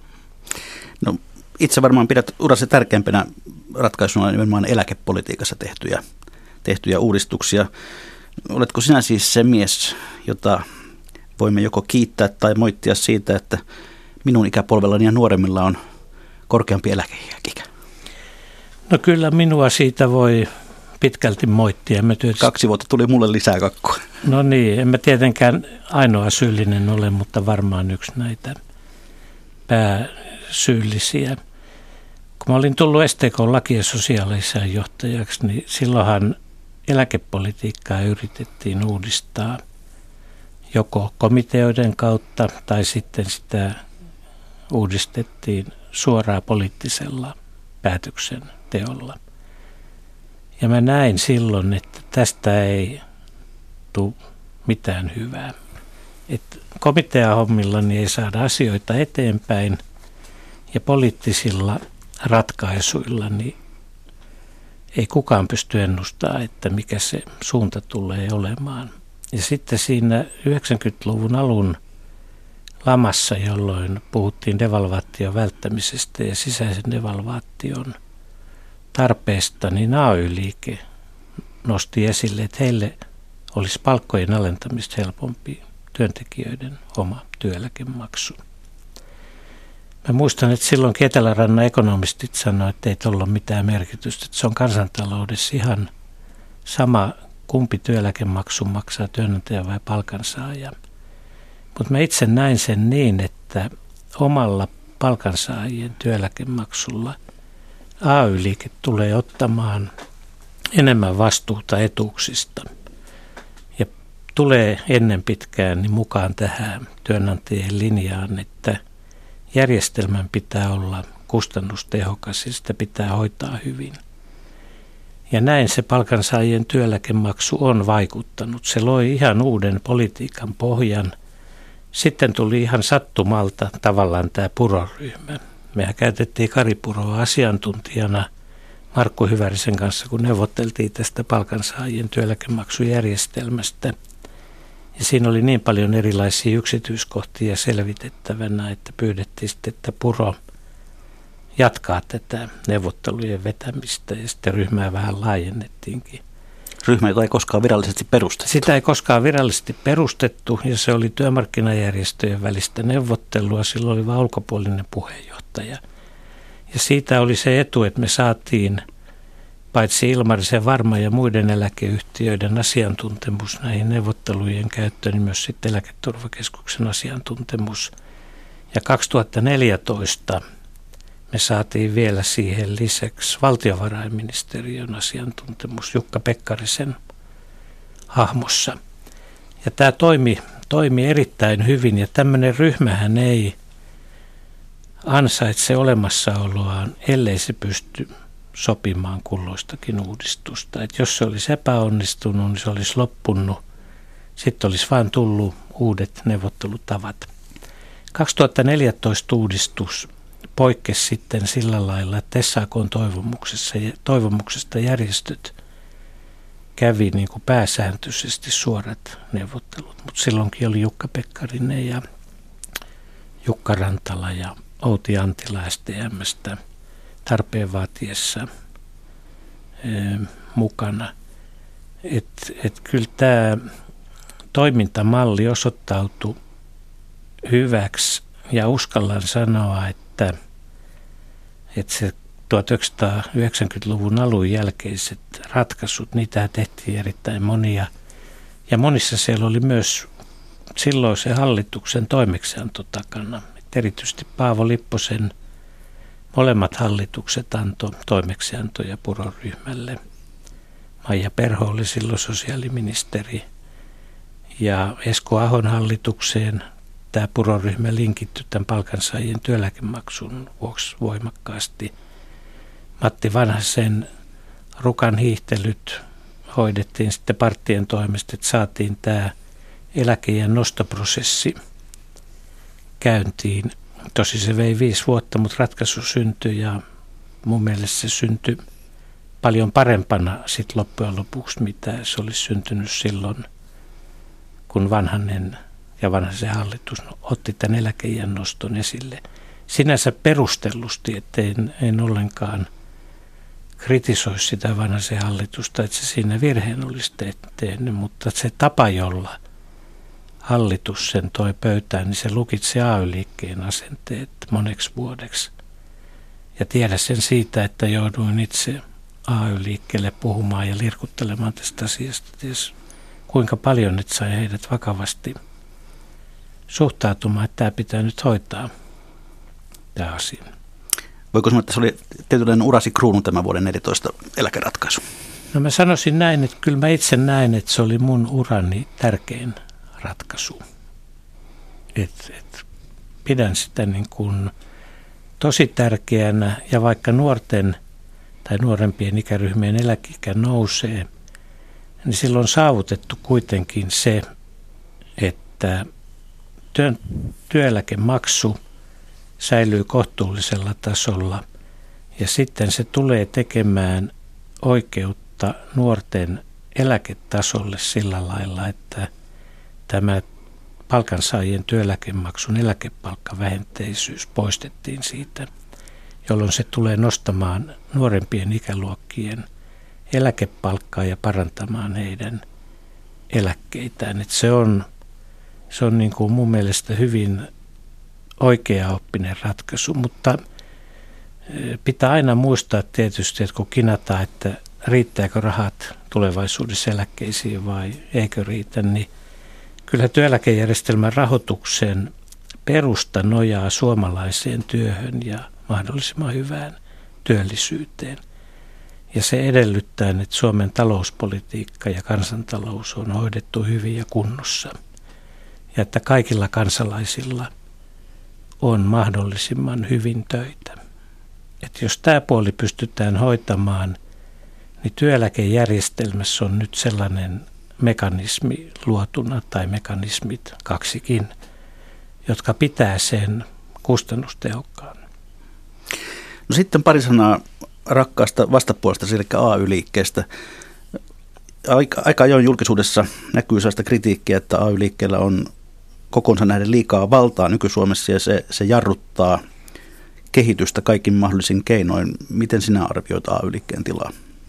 No, itse varmaan pidät urasi tärkeimpänä ratkaisuna nimenomaan eläkepolitiikassa tehtyjä, tehtyjä uudistuksia. Oletko sinä siis se mies, jota voimme joko kiittää tai moittia siitä, että minun ikäpolvellani ja nuoremmilla on korkeampi eläkeikä?
No kyllä minua siitä voi pitkälti moittia. Mä tietysti...
Kaksi vuotta tuli mulle lisää kakkua.
No niin, en mä tietenkään ainoa syyllinen ole, mutta varmaan yksi näitä pääsyyllisiä. Kun mä olin tullut S T K:n laki- ja sosiaalisään johtajaksi, niin silloinhan eläkepolitiikkaa yritettiin uudistaa joko komiteoiden kautta tai sitten sitä uudistettiin suoraa poliittisella päätöksenteolla. Ja mä näin silloin, että tästä ei tule mitään hyvää. Että komiteahommilla ei saada asioita eteenpäin ja poliittisilla ratkaisuilla niin ei kukaan pysty ennustamaan, että mikä se suunta tulee olemaan. Ja sitten siinä yhdeksänkymmentäluvun alun lamassa, jolloin puhuttiin devalvaation välttämisestä ja sisäisen devalvaation tarpeesta, niin A Y-liike nosti esille, että heille olisi palkkojen alentamista helpompi työntekijöiden oma työeläkemaksu. Mä muistan, että silloin Etelärannan ekonomistit sanoivat, että ei tuolla ole mitään merkitystä, että se on kansantaloudessa ihan sama, kumpi työeläkemaksu maksaa, työnantaja vai palkansaaja. Mutta mä itse näin sen niin, että omalla palkansaajien työeläkemaksulla A Y-liike tulee ottamaan enemmän vastuuta etuuksista ja tulee ennen pitkään niin mukaan tähän työnantajien linjaan, että järjestelmän pitää olla kustannustehokas ja sitä pitää hoitaa hyvin. Ja näin se palkansaajien työeläkemaksu on vaikuttanut. Se loi ihan uuden politiikan pohjan. Sitten tuli ihan sattumalta tavallaan tämä Puro-ryhmä. Mehän käytettiin Kari Puroa asiantuntijana Markku Hyvärisen kanssa, kun neuvotteltiin tästä palkansaajien työeläkemaksujärjestelmästä. Ja siinä oli niin paljon erilaisia yksityiskohtia selvitettävänä, että pyydettiin sitten, että Puro jatkaa tätä neuvottelujen vetämistä ja sitten ryhmää vähän laajennettiinkin.
Ryhmä, jota ei koskaan virallisesti perustettu.
Sitä ei koskaan virallisesti perustettu ja se oli työmarkkinajärjestöjen välistä neuvottelua. Silloin oli vain ulkopuolinen puheenjohtaja. Ja siitä oli se etu, että me saatiin paitsi Ilmarisen Varma ja muiden eläkeyhtiöiden asiantuntemus näihin neuvottelujen käyttöön, niin myös sitten Eläketurvakeskuksen asiantuntemus. Ja kaksituhattaneljätoista me saatiin vielä siihen lisäksi valtiovarainministeriön asiantuntemus Jukka Pekkarisen hahmossa. Ja tämä toimi, toimi erittäin hyvin ja tämmöinen ryhmähän ei ansaitse olemassaoloaan, ellei se pysty sopimaan kulloistakin uudistusta. Et jos se olisi epäonnistunut, niin se olisi loppunut. Sitten olisi vain tullut uudet neuvottelutavat. kaksituhattaneljätoista uudistus poikkesi sitten sillä lailla, että S A K:n toivomuksessa, toivomuksesta järjestöt kävi niin kuin pääsääntöisesti suorat neuvottelut. Mutta silloinkin oli Jukka Pekkarinen ja Jukka Rantala ja Outi Antila S T M:stä tarpeen vaatiessa e, mukana. Et, et kyllä tämä toimintamalli osoittautui hyväksi ja uskallan sanoa, että, että se tuhatyhdeksänsataayhdeksänkymmentäluvun alun jälkeiset ratkaisut, niitä tehtiin erittäin monia. Ja monissa siellä oli myös silloisen hallituksen toimeksianto takana. Et erityisesti Paavo Lipposen molemmat hallitukset antoi toimeksiantoja Puro-ryhmälle. Maija Perho oli silloin sosiaaliministeri ja Esko Ahon hallitukseen tämä Puro-ryhmä linkittyi tämän palkansaajien työeläkemaksun vuoksi voimakkaasti. Matti Vanhasen rukan hiihtelyt hoidettiin sitten parttien toimesta, että saatiin tämä eläkeiän nostoprosessi käyntiin. Tosi se vei viisi vuotta, mutta ratkaisu syntyi ja mun mielestä se syntyi paljon parempana sit loppujen lopuksi, mitä se olisi syntynyt silloin, kun Vanhanen ja Vanhasen hallitus otti tämän eläkeiän noston esille. Sinänsä perustellusti, että en, en ollenkaan kritisoi sitä Vanhasen hallitusta, että se siinä virheen olisi tehnyt, mutta se tapa, jolla hallitus sen toi pöytään, niin se lukitsi A Y-liikkeen asenteet moneksi vuodeksi. Ja tiedä sen siitä, että jouduin itse A Y-liikkeelle puhumaan ja lirkuttelemaan tästä asiasta. Ties kuinka paljon nyt sai heidät vakavasti suhtautumaan, että tämä pitää nyt hoitaa, tämä asia.
Voiko sanoa, että se oli tietynlainen urasi kruunu tämän vuoden neljätoista eläkeratkaisu?
No mä sanoisin näin, että kyllä mä itse näin, että se oli mun urani tärkein ratkaisu. Et, et pidän sitä niin kuin tosi tärkeänä, ja vaikka nuorten tai nuorempien ikäryhmien eläkeikä nousee, niin silloin on saavutettu kuitenkin se, että työn, työeläkemaksu säilyy kohtuullisella tasolla, ja sitten se tulee tekemään oikeutta nuorten eläketasolle sillä lailla, että tämä palkansaajien työeläkemaksun eläkepalkkavähenteisyys poistettiin siitä, jolloin se tulee nostamaan nuorempien ikäluokkien eläkepalkkaa ja parantamaan heidän eläkkeitään. Et se on, se on niin kuin mun mielestä hyvin oikeaoppinen ratkaisu, mutta pitää aina muistaa tietysti, että kun kinataan, että riittääkö rahat tulevaisuudessa eläkkeisiin vai eikö riitä, niin kyllä työeläkejärjestelmän rahoituksen perusta nojaa suomalaiseen työhön ja mahdollisimman hyvään työllisyyteen. Ja se edellyttää, että Suomen talouspolitiikka ja kansantalous on hoidettu hyvin ja kunnossa. Ja että kaikilla kansalaisilla on mahdollisimman hyvin töitä. Että jos tämä puoli pystytään hoitamaan, niin työeläkejärjestelmässä on nyt sellainen mekanismi luotuna tai mekanismit kaksikin, jotka pitää sen kustannustehokkaan.
No sitten pari sanaa rakkaasta vastapuolesta, eli A Y-liikkeestä. Aika, aika ajoin julkisuudessa näkyy sellaista kritiikkiä, että A Y-liikkeellä on kokonsa nähden liikaa valtaa nyky-Suomessa ja se, se jarruttaa kehitystä kaikin mahdollisin keinoin. Miten sinä arvioit A Y-liikkeen tilaa?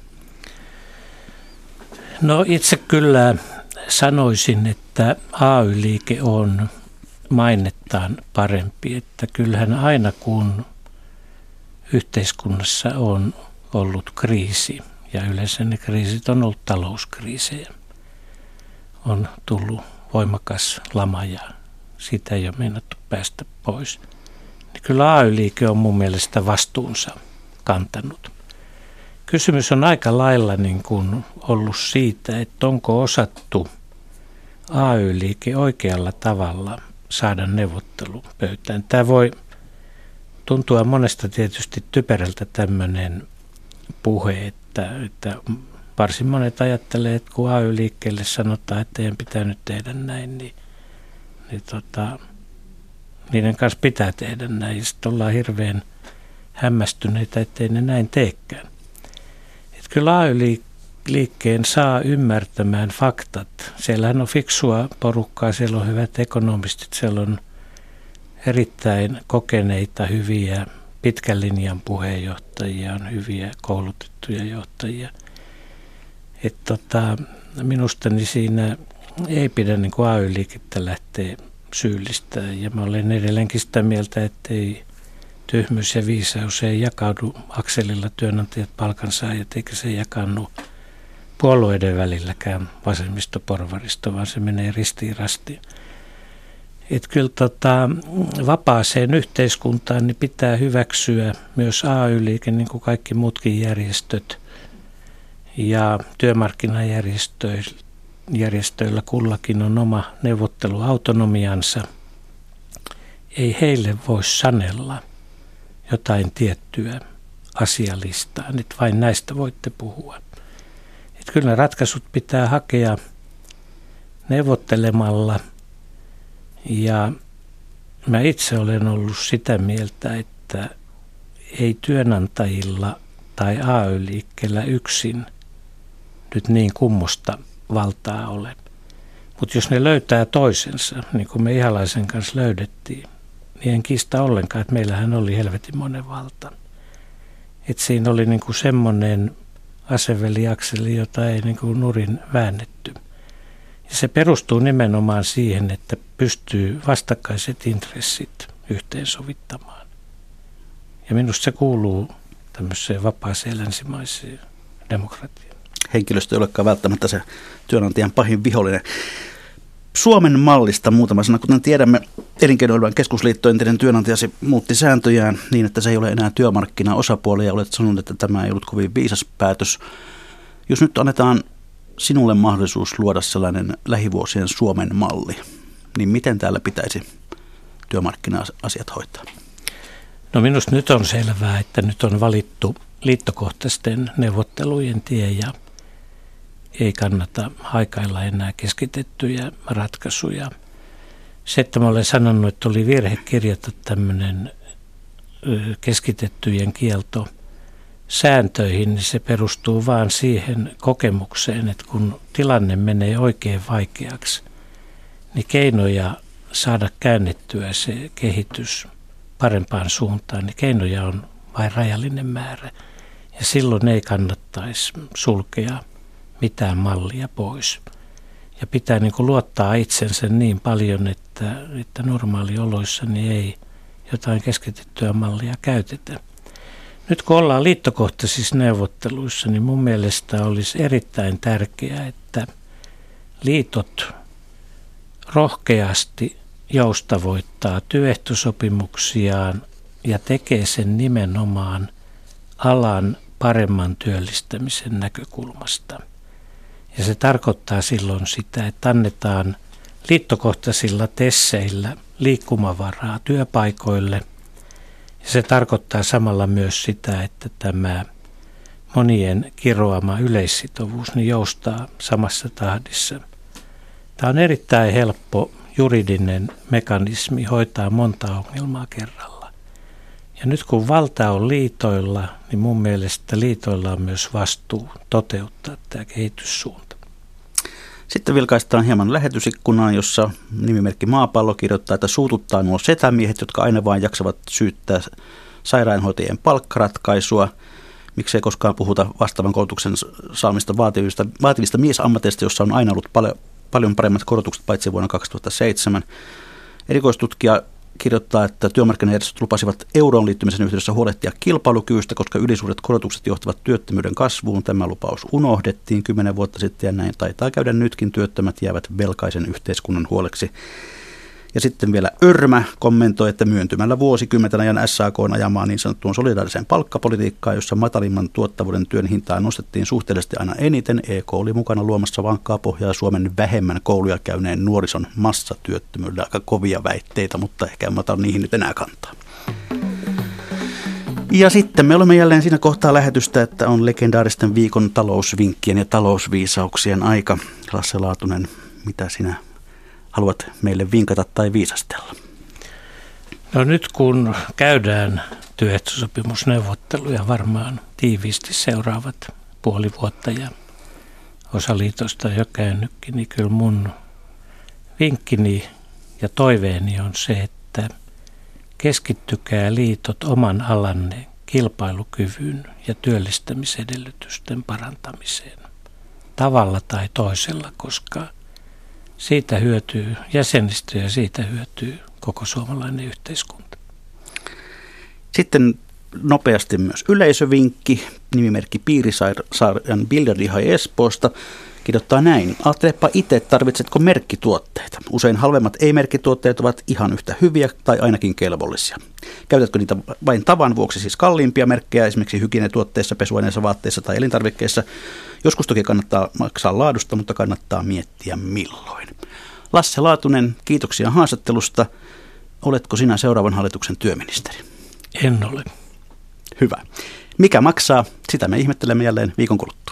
No itse kyllä sanoisin, että A Y-liike on mainettaan parempi, että kyllähän aina kun yhteiskunnassa on ollut kriisi, ja yleensä ne kriisit on ollut talouskriisejä, on tullut voimakas lama ja siitä ei ole meinattu päästä pois, niin kyllä A Y-liike on mun mielestä vastuunsa kantanut. Kysymys on aika lailla niin kuin ollut siitä, että onko osattu A Y-liike oikealla tavalla saada neuvottelupöytään. Tämä voi tuntua monesta tietysti typerältä tämmöinen puhe, että, että varsin monet ajattelee, että kun A Y-liikkeelle sanotaan, että teidän pitää nyt tehdä näin, niin, niin tota, niiden kanssa pitää tehdä näin. Ja sitten ollaan hirveän hämmästyneitä, ettei ne näin teekään. Että kyllä A Y-liikkeen saa ymmärtämään faktat. Siellähän on fiksua porukkaa, siellä on hyvät ekonomistit, siellä on erittäin kokeneita, hyviä pitkän linjan puheenjohtajia, on hyviä koulutettuja johtajia. Et tota, minusta niin siinä ei pidä niin kuin A Y-liikettä lähteä syyllistämään. Ja mä olen edelleenkin sitä mieltä, että ei tyhmyys ja viisaus ei jakaudu akselilla työnantajat, palkansaajat, eikä se jakannu puolueiden välilläkään vasemmisto-porvaristo, vaan se menee ristiin rastiin. Että kyllä tota, vapaaseen yhteiskuntaan niin pitää hyväksyä myös A Y-liike, niin kuin kaikki muutkin järjestöt, ja työmarkkinajärjestöillä kullakin on oma neuvotteluautonomiansa. Ei heille voi sanella jotain tiettyä asialistaa, nyt vain näistä voitte puhua. Että kyllä ne ratkaisut pitää hakea neuvottelemalla. Ja mä itse olen ollut sitä mieltä, että ei työnantajilla tai A Y-liikkeellä yksin nyt niin kummosta valtaa ole. Mutta jos ne löytää toisensa, niin kuin me Ihalaisen kanssa löydettiin, niin en kiistä ollenkaan, että meillähän oli helvetin monen valta. Että siinä oli niinku semmoinen aseveliakseli, jota ei niinku nurin väännetty. Ja se perustuu nimenomaan siihen, että pystyy vastakkaiset intressit yhteensovittamaan. Ja minusta se kuuluu tämmöiseen vapaaseen länsimaiseen demokratiaan.
Henkilöstö ei olekaan välttämättä se työnantajan pahin vihollinen. Suomen mallista muutama sana. Kuten tiedämme, Elinkeinoelämän keskusliitto, entinen työnantajasi, muutti sääntöjään niin, että se ei ole enää työmarkkinaosapuoli, ja olet sanonut, että tämä ei ollut kovin viisas päätös. Jos nyt annetaan sinulle mahdollisuus luoda sellainen lähivuosien Suomen malli, niin miten täällä pitäisi työmarkkina-asiat hoitaa?
No minusta nyt on selvää, että nyt on valittu liittokohtaisten neuvottelujen tie ja ei kannata haikailla enää keskitettyjä ratkaisuja. Se, että mä olen sanonut, että oli virhe kirjata tämmöinen keskitettyjen kielto sääntöihin, niin se perustuu vaan siihen kokemukseen, että kun tilanne menee oikein vaikeaksi, niin keinoja saada käännettyä se kehitys parempaan suuntaan, niin keinoja on vain rajallinen määrä. Ja silloin ei kannattaisi sulkea mitään mallia pois. Ja pitää niin kuin luottaa itsensä niin paljon, että, että normaalioloissa niin ei jotain keskitettyä mallia käytetä. Nyt kun ollaan liittokohtaisissa neuvotteluissa, niin mun mielestä olisi erittäin tärkeää, että liitot rohkeasti joustavoittaa työehtosopimuksiaan ja tekee sen nimenomaan alan paremman työllistämisen näkökulmasta. Ja se tarkoittaa silloin sitä, että annetaan liittokohtaisilla tesseillä liikkumavaraa työpaikoille. Ja se tarkoittaa samalla myös sitä, että tämä monien kiroama yleissitovuus niin joustaa samassa tahdissa. Tämä on erittäin helppo juridinen mekanismi hoitaa monta ongelmaa kerralla. Ja nyt kun valta on liitoilla, niin mun mielestä liitoilla on myös vastuu toteuttaa tämä kehityssuunta.
Sitten vilkaistaan hieman lähetysikkunaa, jossa nimimerkki Maapallo kirjoittaa, että suututtaa nuo setämiehet, jotka aina vain jaksavat syyttää sairaanhoitajien palkkaratkaisua. Miksei koskaan puhuta vastaavan koulutuksen saamista vaativista, vaativista miesammateista, jossa on aina ollut paljon, paljon paremmat korotukset paitsi vuonna kaksituhattaseitsemän. Erikoistutkija kirjoittaa, että työmarkkinajärjestöt lupasivat euroon liittymisen yhteydessä huolehtia kilpailukyvystä, koska ylisuuret korotukset johtavat työttömyyden kasvuun. Tämä lupaus unohdettiin kymmenen vuotta sitten ja näin taitaa käydä nytkin. Työttömät jäävät velkaisen yhteiskunnan huoleksi. Ja sitten vielä Örmä kommentoi, että myöntymällä vuosikymmenten ajan S A K:n ajamaan niin sanottuun solidaariseen palkkapolitiikkaan, jossa matalimman tuottavuuden työn hintaa nostettiin suhteellisesti aina eniten, E K oli mukana luomassa vankkaa pohjaa Suomen vähemmän kouluja käyneen nuorison massatyöttömyydellä. Aika kovia väitteitä, mutta ehkä en ota niihin nyt enää kantaa. Ja sitten me olemme jälleen siinä kohtaa lähetystä, että on legendaaristen viikon talousvinkkien ja talousviisauksien aika. Lasse Laatunen, mitä sinä haluat meille vinkata tai viisastella?
No nyt kun käydään työehtosopimusneuvotteluja varmaan tiiviisti seuraavat puoli vuotta ja osa liitosta on jo käynytkin, niin kyllä mun vinkkini ja toiveeni on se, että keskittykää liitot oman alanne kilpailukyvyn ja työllistämisedellytysten parantamiseen tavalla tai toisella, koska siitä hyötyy jäsenistö ja siitä hyötyy koko suomalainen yhteiskunta.
Sitten nopeasti myös yleisövinkki, nimimerkki Piirisaaren Bilderdihai Espoosta kirjoittaa näin. Ajattelepa itse, tarvitsetko merkkituotteita. Usein halvemmat ei-merkkituotteet ovat ihan yhtä hyviä tai ainakin kelvollisia. Käytätkö niitä vain tavan vuoksi, siis kalliimpia merkkejä, esimerkiksi hygieniatuotteissa, pesuaineissa, vaatteissa tai elintarvikkeissa? Joskus toki kannattaa maksaa laadusta, mutta kannattaa miettiä milloin. Lasse Laatunen, kiitoksia haastattelusta. Oletko sinä seuraavan hallituksen työministeri?
En ole.
Hyvä. Mikä maksaa? Sitä me ihmettelemme jälleen viikon kuluttua.